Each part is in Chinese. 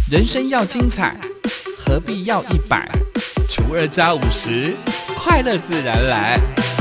人生要精彩，何必要100？除2加50，快乐自然来。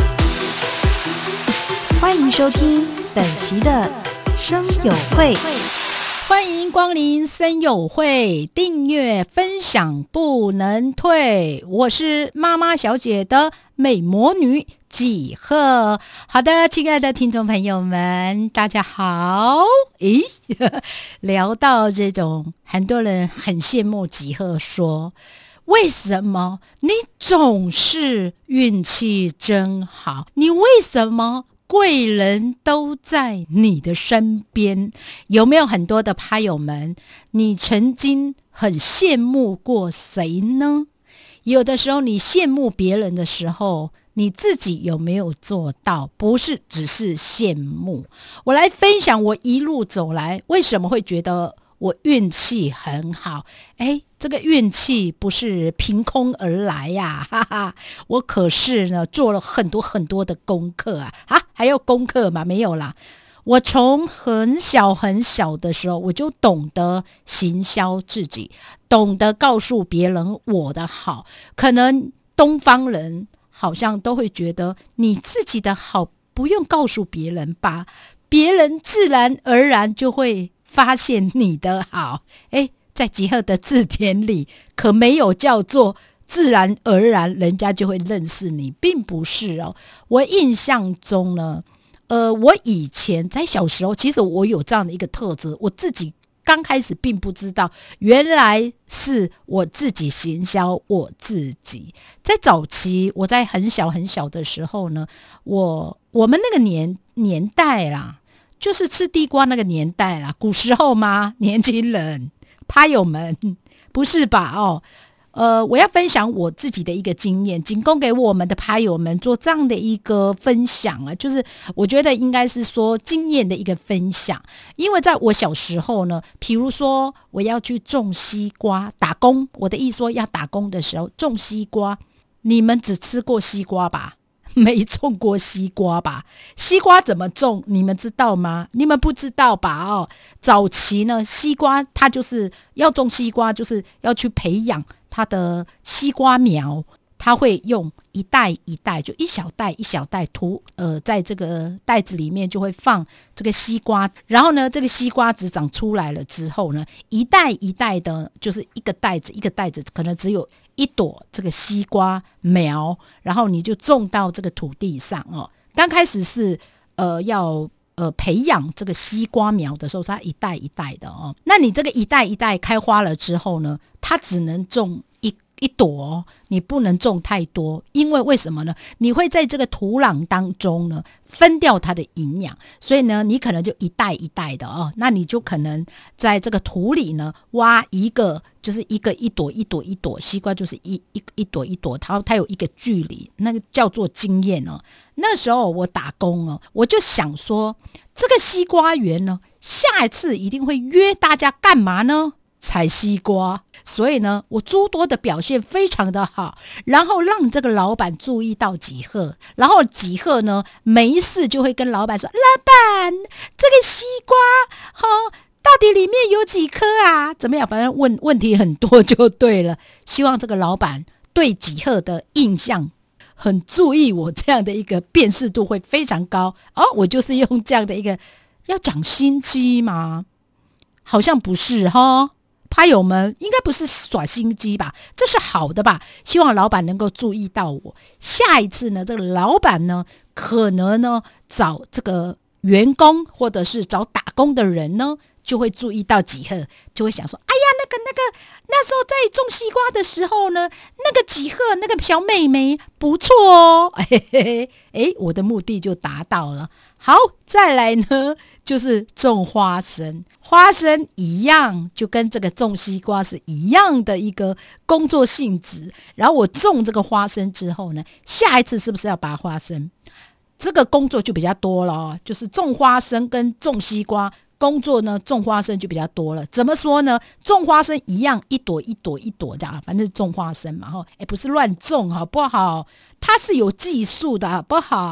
欢迎收听本期的声友会， 欢迎光临声友会，订阅分享不能退。我是妈妈小姐的美魔女几何。好的，亲爱的听众朋友们，大家好。聊到这种，很多人很羡慕几何，说为什么你总是运气真好？你为什么贵人都在你的身边？有没有很多的趴友们，你曾经很羡慕过谁呢？有的时候你羡慕别人的时候，你自己有没有做到？不是只是羡慕。我来分享我一路走来为什么会觉得我运气很好。这个运气不是凭空而来呀，哈哈！我可是呢做了很多很多的功课啊，还要功课吗？没有啦。我从很小很小的时候，我就懂得行销自己，懂得告诉别人我的好。可能东方人好像都会觉得你自己的好不用告诉别人吧，别人自然而然就会发现你的好。在集合的字典里可没有叫做自然而然人家就会认识你，并不是哦。我印象中呢，我以前在小时候，其实我有这样的一个特质，我自己刚开始并不知道，原来是我自己行销我自己。在早期，我在很小很小的时候呢，我们那个年代啦，就是吃地瓜那个年代啦，古时候吗？年轻人趴友们，不是吧？我要分享我自己的一个经验，仅供给我们的趴友们做这样的一个分享啊，就是我觉得应该是说经验的一个分享。因为在我小时候呢，比如说我要去种西瓜打工，我的意思说要打工的时候种西瓜，你们只吃过西瓜吧？没种过西瓜吧？西瓜怎么种你们知道吗？你们不知道吧？早期呢，西瓜它就是要种西瓜，就是要去培养它的西瓜苗，它会用一袋一袋，就一小袋一小袋在这个袋子里面就会放这个西瓜，然后呢，这个西瓜子长出来了之后呢，一袋一袋的，就是一个袋子一个袋子，可能只有一朵这个西瓜苗，然后你就种到这个土地上哦。刚开始是要培养这个西瓜苗的时候，它一袋一袋的哦。那你这个一袋一袋开花了之后呢，它只能种一朵哦，你不能种太多，因为为什么呢？你会在这个土壤当中呢分掉它的营养，所以呢，你可能就一袋一袋的哦，那你就可能在这个土里呢挖一个，就是一朵一朵一朵西瓜，就是一朵一朵，它有一个距离，那个叫做经验哦。那时候我打工哦，我就想说，这个西瓜园呢，下一次一定会约大家干嘛呢？采西瓜。所以呢，我诸多的表现非常的好，然后让这个老板注意到几何，然后几何呢没事就会跟老板说，老板，这个西瓜到底里面有几颗啊？怎么样？反正问题很多就对了。希望这个老板对几何的印象很注意，我这样的一个辨识度会非常高哦。我就是用这样的一个，要讲心机吗？好像不是哈。趴友们应该不是耍心机吧，这是好的吧，希望老板能够注意到我。下一次呢，这个老板呢可能呢找这个员工或者是找打工的人呢就会注意到几何，就会想说，哎呀，那时候在种西瓜的时候呢，那个几何那个小妹妹不错哦。我的目的就达到了。好，再来呢就是种花生，花生一样，就跟这个种西瓜是一样的一个工作性质。然后我种这个花生之后呢，下一次是不是要拔花生？这个工作就比较多了哦，就是种花生跟种西瓜工作呢，种花生就比较多了。怎么说呢？种花生一样，一朵一朵一朵这样，反正种花生嘛，不是乱种好不好？它是有技术的好不好？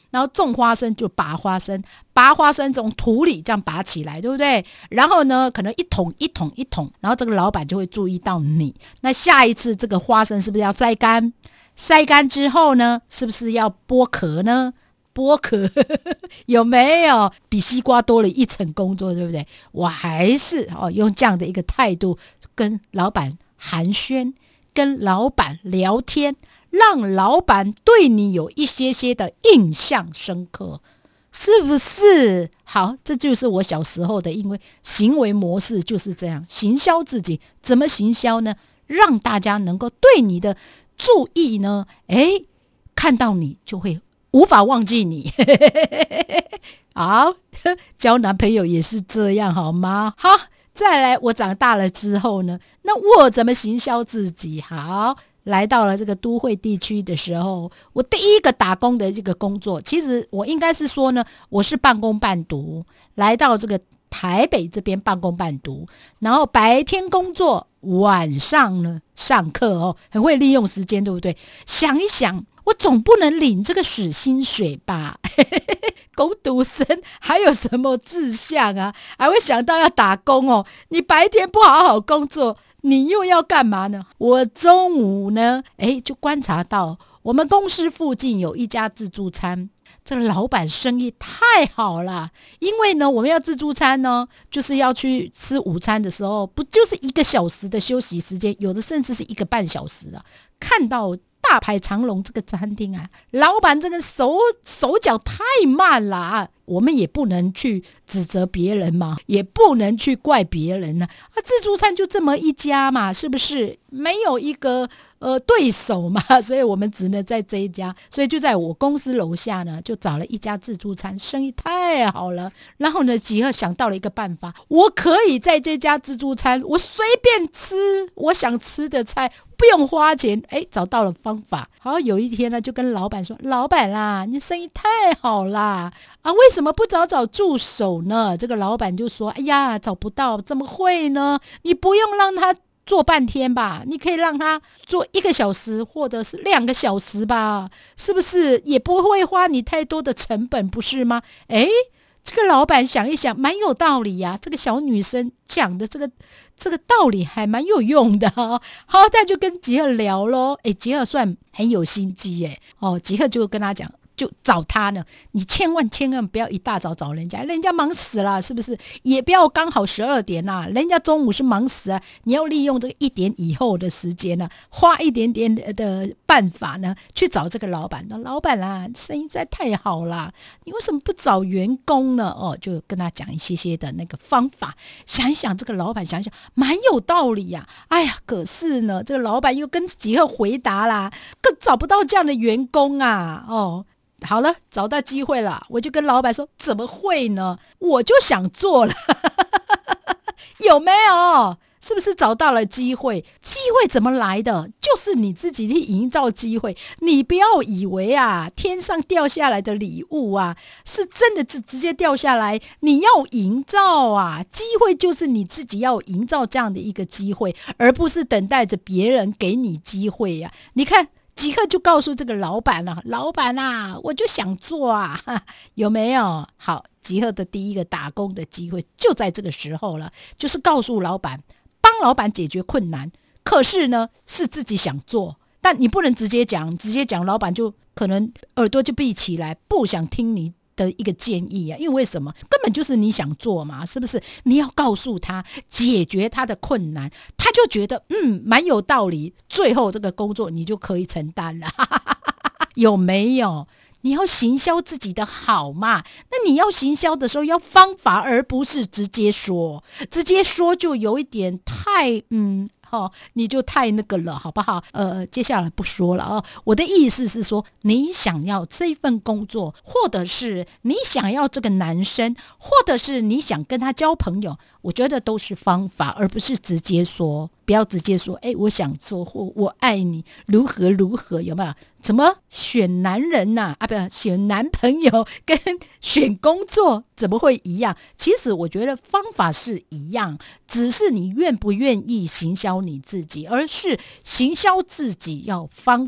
然后种花生就拔花生从土里这样拔起来，对不对？然后呢，可能一桶一桶一桶，然后这个老板就会注意到你。那下一次这个花生是不是要晒干？晒干之后呢，是不是要剥壳呢？剥壳有没有比西瓜多了一层工作，对不对？我还是用这样的一个态度跟老板寒暄，跟老板聊天，让老板对你有一些些的印象深刻，是不是？好，这就是我小时候的，因为行为模式就是这样。行销自己怎么行销呢？让大家能够对你的注意呢，看到你就会无法忘记你。好，交男朋友也是这样好吗？好，再来，我长大了之后呢，那我怎么行销自己？好，来到了这个都会地区的时候，我第一个打工的这个工作，其实我应该是说呢，我是半工半读，来到这个台北这边半工半读，然后白天工作，晚上呢上课很会利用时间，对不对？想一想，我总不能领这个死薪水吧？工读生还有什么志向啊？还会想到要打工你白天不好好工作，你又要干嘛呢？我中午呢，就观察到我们公司附近有一家自助餐，这个老板生意太好了。因为呢，我们要自助餐呢，就是要去吃午餐的时候，不就是1个小时的休息时间，有的甚至是1个半小时啊。看到大排长龙这个餐厅啊，老板这个手脚太慢了啊，我们也不能去指责别人嘛，也不能去怪别人啊。自助餐就这么一家嘛，是不是？没有一个对手嘛，所以我们只能在这一家，所以就在我公司楼下呢，就找了一家自助餐，生意太好了。然后呢，吉赫想到了一个办法，我可以在这家自助餐，我随便吃我想吃的菜，不用花钱。找到了方法。好，有一天呢，就跟老板说，老板啦，你生意太好啦啊，为什么不找助手呢？这个老板就说，哎呀，找不到，怎么会呢？你不用让他做半天吧，你可以让他做1个小时或者是2个小时吧，是不是？也不会花你太多的成本，不是吗？这个老板想一想，蛮有道理呀。这个小女生讲的这个道理还蛮有用的好，他就跟吉赫聊咯。吉赫算很有心机耶。吉赫就跟他讲，就找他呢，你千万不要一大早找人家忙死了，是不是？也不要刚好12点啦，人家中午是忙死啊。你要利用这个1点以后的时间呢，花一点点的办法呢，去找这个老板。老板啦，生意实在太好啦，你为什么不找员工呢？就跟他讲一些的那个方法。想一想，这个老板想一想，蛮有道理呀。哎呀，可是呢，这个老板又跟吉赫回答啦，更找不到这样的员工啊。好了，找到机会了，我就跟老板说，怎么会呢？我就想做了。有没有？是不是找到了机会？机会怎么来的？就是你自己去营造机会。你不要以为啊，天上掉下来的礼物啊，是真的直接掉下来。你要营造啊，机会就是你自己要营造这样的一个机会，而不是等待着别人给你机会啊。你看，吉赫就告诉这个老板了，老板啊，我就想做啊，有没有？好，吉赫的第一个打工的机会就在这个时候了，就是告诉老板，帮老板解决困难。可是呢，是自己想做，但你不能直接讲，老板就可能耳朵就闭起来，不想听你的一个建议啊。因为为什么？根本就是你想做嘛，是不是？你要告诉他解决他的困难，他就觉得蛮有道理，最后这个工作你就可以承担了。有没有？你要行销自己的好嘛，那你要行销的时候要方法，而不是直接说就有一点太你就太那个了，好不好？接下来不说了啊。我的意思是说，你想要这份工作，或者是你想要这个男生，或者是你想跟他交朋友，我觉得都是方法，而不是直接说。不要直接说，我想做，或我爱你，如何，有没有？怎么选男人呐？不，选男朋友跟选工作怎么会一样？其实我觉得方法是一样，只是你愿不愿意行销你自己，而是行销自己要方法，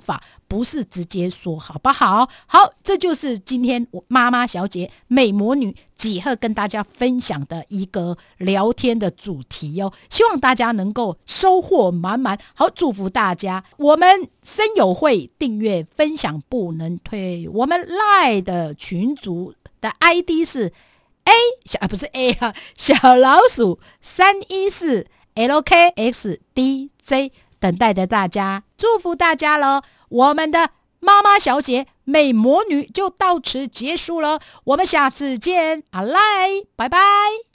不是直接说，好不好？好，这就是今天我妈妈小姐美魔女几何跟大家分享的一个聊天的主题哦，希望大家能够收获满满。好，祝福大家。我们森友会订阅分享不能退，我们 LINE 的群组的 ID 是 不是 A 啊，小老鼠314 LKXDJ， 等待着大家，祝福大家咯。我们的妈妈小姐美魔女就到此结束了，我们下次见，拜拜。